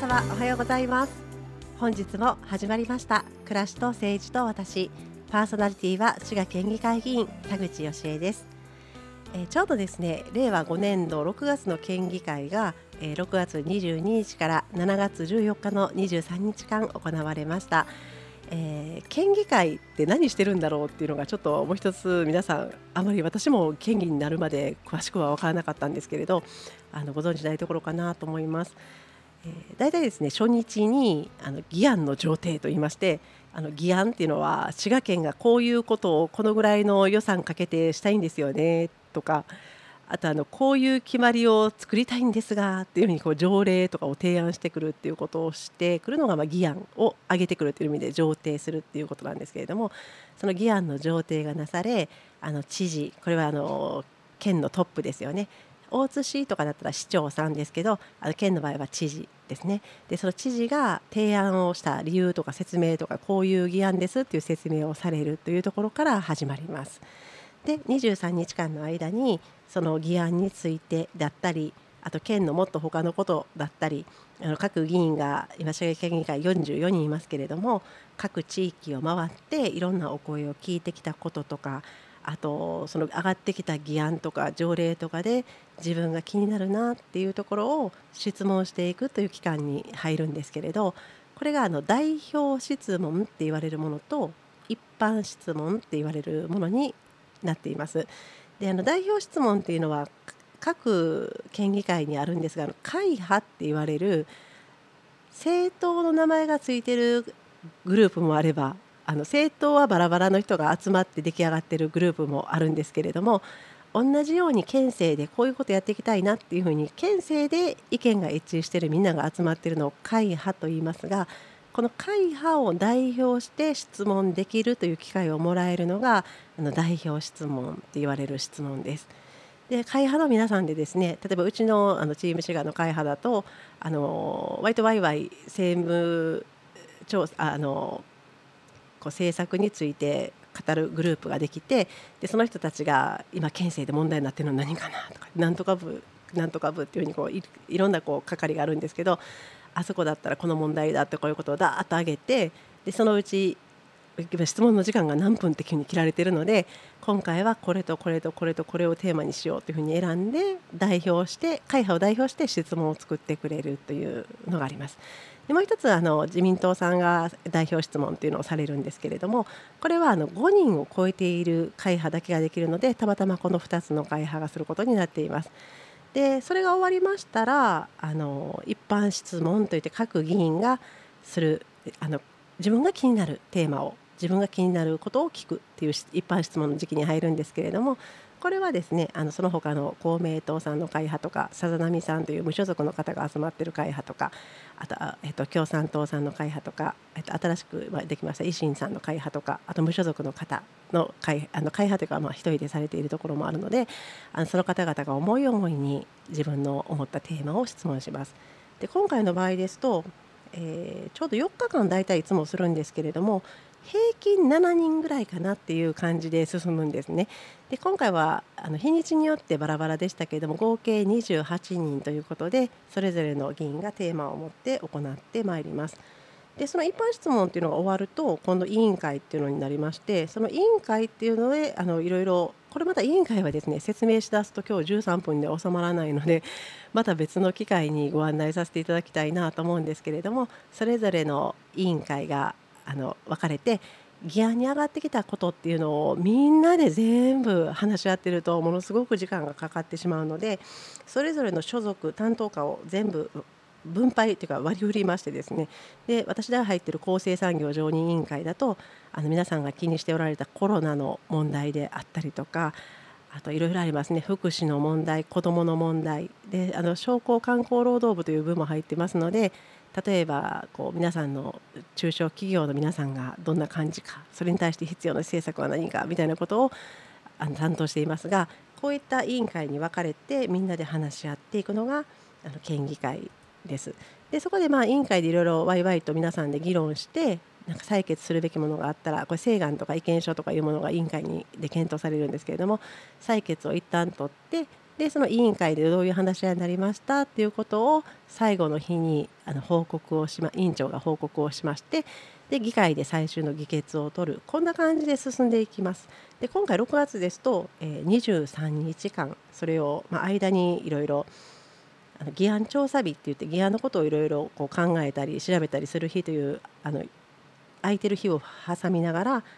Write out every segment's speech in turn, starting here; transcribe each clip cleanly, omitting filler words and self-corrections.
様おはようございます。本日も始まりました暮らしと政治と私。パーソナリティは滋賀県議会議員田口義恵です。ちょうどですね、令和5年度6月の県議会が、6月22日から7月14日の23日間行われました。県議会って何してるんだろうっていうのがちょっともう一つ皆さんあまり私も県議になるまで詳しくは分からなかったんですけれど、ご存知ないところかなと思います。大体ですね、初日に議案の上呈といいまして、議案っていうのは滋賀県がこういうことをこのぐらいの予算かけてしたいんですよねとか、あとこういう決まりを作りたいんですがっていうふうにこう条例とかを提案してくるっていうことをしてくるのが、議案を上げてくるという意味で上呈するっていうことなんですけれども、その議案の上呈がなされ、知事、これは県のトップですよね。大津市とかだったら市長さんですけど、県の場合は知事ですね。でその知事が提案をした理由とか説明とか、こういう議案ですっていう説明をされるというところから始まります。で23日間の間にその議案についてだったり、あと県のもっと他のことだったり、各議員が今滋賀県議会44人いますけれども、各地域を回っていろんなお声を聞いてきたこととか、あとその上がってきた議案とか条例とかで自分が気になるなっていうところを質問していくという期間に入るんですけれど、これが代表質問って言われるものと一般質問って言われるものになっています。で代表質問っていうのは各県議会にあるんですが、会派って言われる政党の名前がついてるグループもあれば、政党はバラバラの人が集まって出来上がってるグループもあるんですけれども、同じように県政でこういうことやっていきたいなっていうふうに県政で意見が一致してるみんなが集まってるのを会派と言いますが、この会派を代表して質問できるという機会をもらえるのが代表質問って言われる質問です。で会派の皆さんでですね、例えばうちの、チーム滋賀の会派だと割とワイワイ政務調査こう政策について語るグループができて、でその人たちが今県政で問題になっているのは何かなとか、なんとか部なんとか部っていうふうにいろんな係があるんですけど、あそこだったらこの問題だってこういうことをダーッと上げて、でそのうち質問の時間が何分って急に切られているので、今回はこれとこれとこれとこれをテーマにしようというふうに選んで会派を代表して質問を作ってくれるというのがあります。でもう一つ自民党さんが代表質問というのをされるんですけれども、これは5人を超えている会派だけができるので、たまたまこの2つの会派がすることになっています。でそれが終わりましたら一般質問といって各議員がする自分が気になるテーマを、自分が気になることを聞くっていう一般質問の時期に入るんですけれども、これはですねその他の公明党さんの会派とか、さざなみさんという無所属の方が集まっている会派とか、あと、共産党さんの会派とか、新しくできました維新さんの会派とか、あと無所属の方の会派というか、一人でされているところもあるので、その方々が思い思いに自分の思ったテーマを質問します。で今回の場合ですと、ちょうど4日間だいたいいつもするんですけれども、平均7人ぐらいかなっていう感じで進むんですね。で今回は日にちによってバラバラでしたけれども、合計28人ということで、それぞれの議員がテーマを持って行ってまいります。でその一般質問っていうのが終わると、今度委員会っていうのになりまして、その委員会っていうのでいろいろ、これまた委員会はですね説明しだすと今日13分で収まらないので、また別の機会にご案内させていただきたいなと思うんですけれども、それぞれの委員会が分かれて、議案に上がってきたことっていうのをみんなで全部話し合ってるとものすごく時間がかかってしまうので、それぞれの所属担当課を全部分配というか割り振りましてですね、で私が入っている厚生産業常任委員会だと皆さんが気にしておられたコロナの問題であったりとか、あといろいろありますね。福祉の問題、子どもの問題で商工観光労働部という部も入ってますので、例えば皆さんの中小企業の皆さんがどんな感じか、それに対して必要な政策は何かみたいなことを担当していますが、こういった委員会に分かれてみんなで話し合っていくのが県議会です。でそこで委員会でいろいろワイワイと皆さんで議論して、なんか採決するべきものがあったら、これ請願とか意見書とかいうものが委員会で検討されるんですけれども、採決を一旦取って、 でその委員会でどういう話し合いになりましたっていうことを最後の日に委員長が報告をしまして、で議会で最終の議決を取る、こんな感じで進んでいきます。で今回6月ですと、23日間それを、間にいろいろ議案調査日って言って議案のことをいろいろ考えたり調べたりする日という空いてる日を挟みながら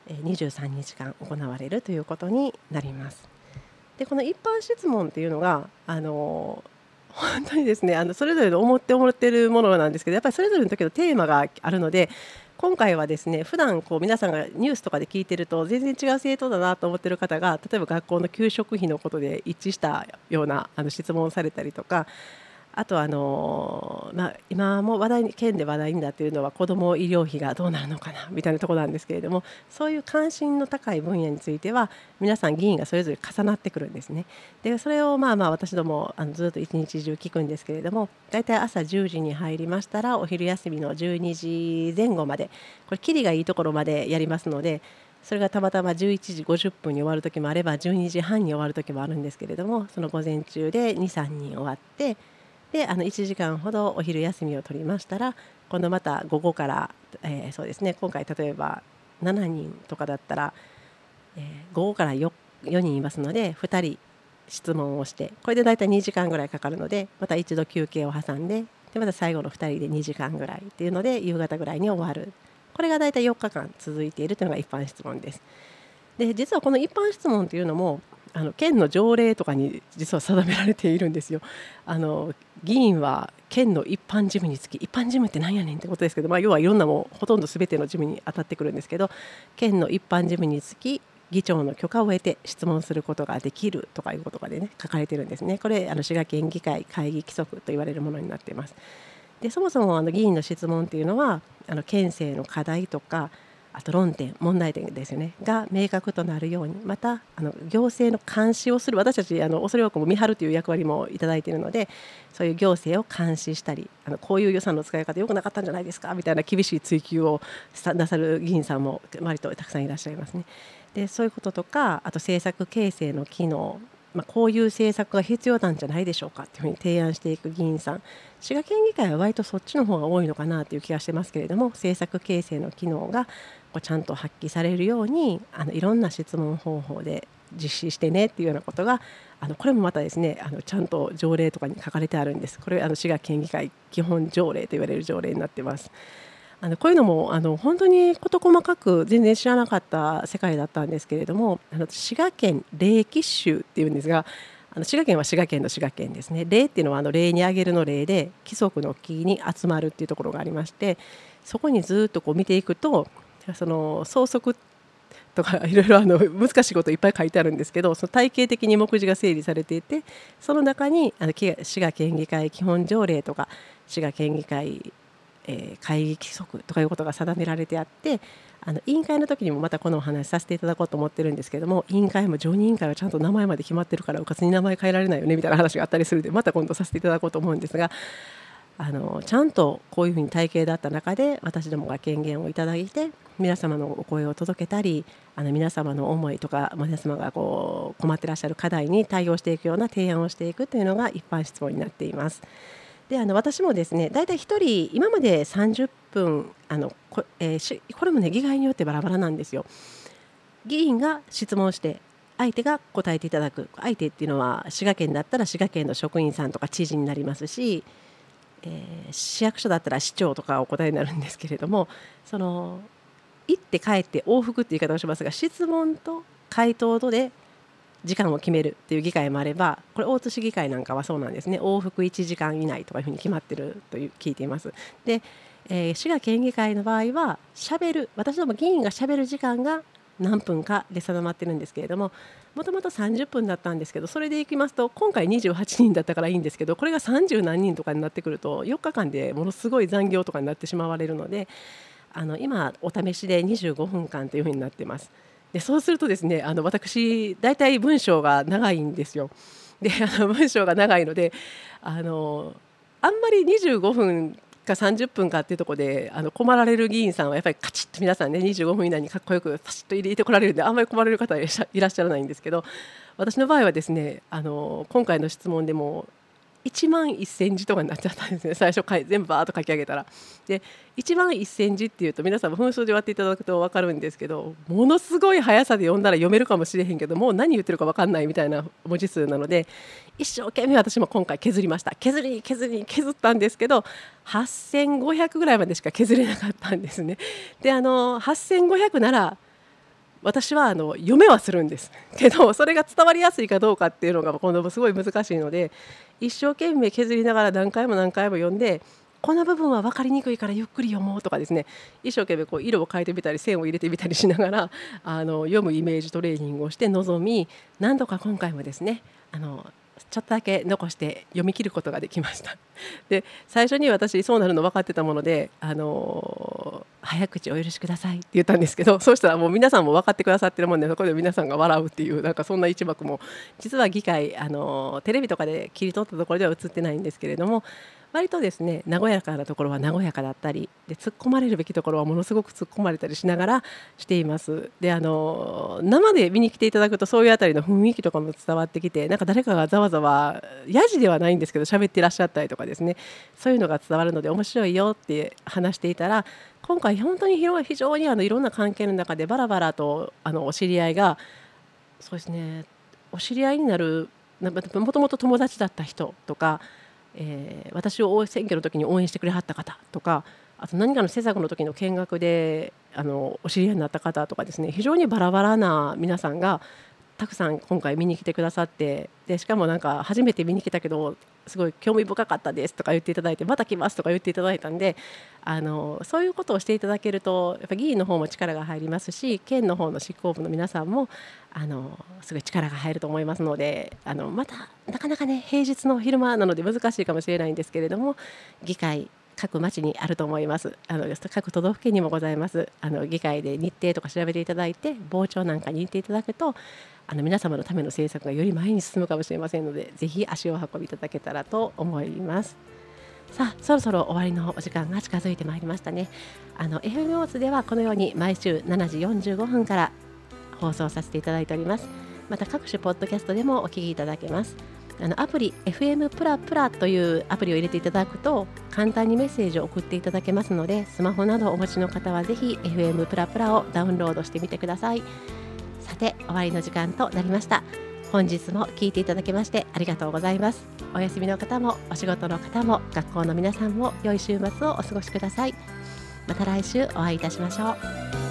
23日間行われるということになります。でこの一般質問っていうのが本当にですねそれぞれの思ってるものなんですけど、やっぱりそれぞれの時のテーマがあるので、今回はですね普段皆さんがニュースとかで聞いてると全然違う政党だなと思ってる方が、例えば学校の給食費のことで一致したような質問をされたりとか、あと今も県で話題になっているのは子ども医療費がどうなるのかなみたいなところなんですけれども、そういう関心の高い分野については皆さん議員がそれぞれ重なってくるんですね。でそれを私どもずっと一日中聞くんですけれども、だいたい朝10時に入りましたらお昼休みの12時前後まで、これキリがいいところまでやりますので、それがたまたま11時50分に終わる時もあれば12時半に終わる時もあるんですけれども、その午前中で 2,3 人終わって、で1時間ほどお昼休みを取りましたら、今度また午後から、そうですね、今回例えば7人とかだったら、午後から 4人いますので2人質問をして、これでだいたい2時間ぐらいかかるので、また一度休憩を挟んで、また最後の2人で2時間ぐらいっていうので夕方ぐらいに終わる。これがだいたい4日間続いているというのが一般質問です。で実はこの一般質問というのも県の条例とかに実は定められているんですよ。議員は県の一般事務につき、一般事務って何やねんってことですけど、要はいろんなほとんど全ての事務に当たってくるんですけど、県の一般事務につき議長の許可を得て質問することができるとかいうことがでね書かれてるんですね。これ滋賀県議会会議規則と言われるものになっています。でそもそも議員の質問っていうのは県政の課題とか、あと論点問題点ですよねが明確となるように、また行政の監視をする、私たち恐れ多くも見張るという役割もいただいているので、そういう行政を監視したり、こういう予算の使い方良くなかったんじゃないですかみたいな厳しい追及をなさる議員さんも割とたくさんいらっしゃいますね。でそういうこととか、あと政策形成の機能、こういう政策が必要なんじゃないでしょうかというふうに提案していく議員さん、滋賀県議会は割とそっちの方が多いのかなという気がしてますけれども、政策形成の機能がちゃんと発揮されるようにいろんな質問方法で実施してねっていうようなことがこれもまたですねちゃんと条例とかに書かれてあるんです。これ滋賀県議会基本条例と言われる条例になってます。こういうのも本当に事細かく全然知らなかった世界だったんですけれども、滋賀県令規集っていうんですが、滋賀県は滋賀県の滋賀県ですね。令っていうのは例に挙げるの例で規則の規に集まるっていうところがありまして、そこにずっと見ていくとその相続とかいろいろ難しいこといっぱい書いてあるんですけど、その体系的に目次が整理されていて、その中に滋賀県議会基本条例とか滋賀県議会会議規則とかいうことが定められてあって、委員会の時にもまたこのお話させていただこうと思ってるんですけども、委員会も常任委員会はちゃんと名前まで決まってるからうかつに名前変えられないよねみたいな話があったりするので、また今度させていただこうと思うんですが、ちゃんとこういうふうに体系だった中で私どもが権限をいただいて皆様のお声を届けたり、皆様の思いとか皆様が困ってらっしゃる課題に対応していくような提案をしていくというのが一般質問になっています。で私もですねだいたい1人今まで30分これもね議会によってバラバラなんですよ。議員が質問して相手が答えていただく。相手っていうのは滋賀県だったら滋賀県の職員さんとか知事になりますし、市役所だったら市長とかお答えになるんですけれども、行って帰って往復って言い方をしますが、質問と回答とで時間を決めるっていう議会もあれば、これ大津市議会なんかはそうなんですね。往復1時間以内とかいうふうに決まってると聞いています。で、滋賀県議会の場合は私ども議員がしゃべる時間が何分かで定まってるんですけれども、もともと30分だったんですけど、それでいきますと今回28人だったからいいんですけど、これが30何人とかになってくると4日間でものすごい残業とかになってしまわれるので、今お試しで25分間というふうになっています。でそうするとですね私大体文章が長いんですよ。で文章が長いのであんまり25分か30分かっていうところで困られる議員さんはやっぱりカチッと皆さんね25分以内にかっこよくパシッと入れてこられるんで、あんまり困られる方はいらっしゃらないんですけど、私の場合はですね今回の質問でも1万1000字とかになっちゃったんですね。最初全部バーッと書き上げたら。で1万1000字っていうと皆さんも分数で割っていただくと分かるんですけど、ものすごい速さで読んだら読めるかもしれへんけど、もう何言ってるか分かんないみたいな文字数なので、一生懸命私も今回削りました。削ったんですけど8500ぐらいまでしか削れなかったんですね。で8500なら私は読めはするんですけど、それが伝わりやすいかどうかっていうのが今度すごい難しいので、一生懸命削りながら何回も読んで、この部分は分かりにくいからゆっくり読もうとかですね、一生懸命色を変えてみたり線を入れてみたりしながら読むイメージトレーニングをして臨み、何度か今回もですねちょっとだけ残して読み切ることができました。で最初に私そうなるの分かってたもので早口お許しくださいって言ったんですけど、そうしたらもう皆さんも分かってくださってるもんで、そこで皆さんが笑うっていうなんかそんな一幕も実は議会テレビとかで切り取ったところでは映ってないんですけれども、割とですね和やかなところは和やかだったりで、突っ込まれるべきところはものすごく突っ込まれたりしながらしています。で生で見に来ていただくとそういうあたりの雰囲気とかも伝わってきて、なんか誰かがざわざわやじではないんですけど喋ってらっしゃったりとかですね、そういうのが伝わるので面白いよって話していたら、今回本当に非常にいろんな関係の中でバラバラとお知り合いが、そうですね、お知り合いになるもともと友達だった人とか、私を選挙の時に応援してくれはった方とか、あと何かの施策の時の見学でお知り合いになった方とかですね、非常にバラバラな皆さんがたくさん今回見に来てくださって、でしかもなんか初めて見に来たけどすごい興味深かったですとか言っていただいて、また来ますとか言っていただいたんで、そういうことをしていただけるとやっぱ議員の方も力が入りますし、県の方の執行部の皆さんもすごい力が入ると思いますので、またなかなかね平日の昼間なので難しいかもしれないんですけれども、議会各町にあると思います。各都道府県にもございます。議会で日程とか調べていただいて傍聴なんかに行っていただくと皆様のための政策がより前に進むかもしれませんので、ぜひ足を運びいただけたらと思います。さあそろそろ終わりのお時間が近づいてまいりましたね。FM オーツではこのように毎週7時45分から放送させていただいております。また各種ポッドキャストでもお聞きいただけます。アプリ FM プラプラというアプリを入れていただくと簡単にメッセージを送っていただけますので、スマホなどお持ちの方はぜひ FM プラプラをダウンロードしてみてください。さて終わりの時間となりました。本日も聞いていただきましてありがとうございます。お休みの方もお仕事の方も学校の皆さんも良い週末をお過ごしください。また来週お会いいたしましょう。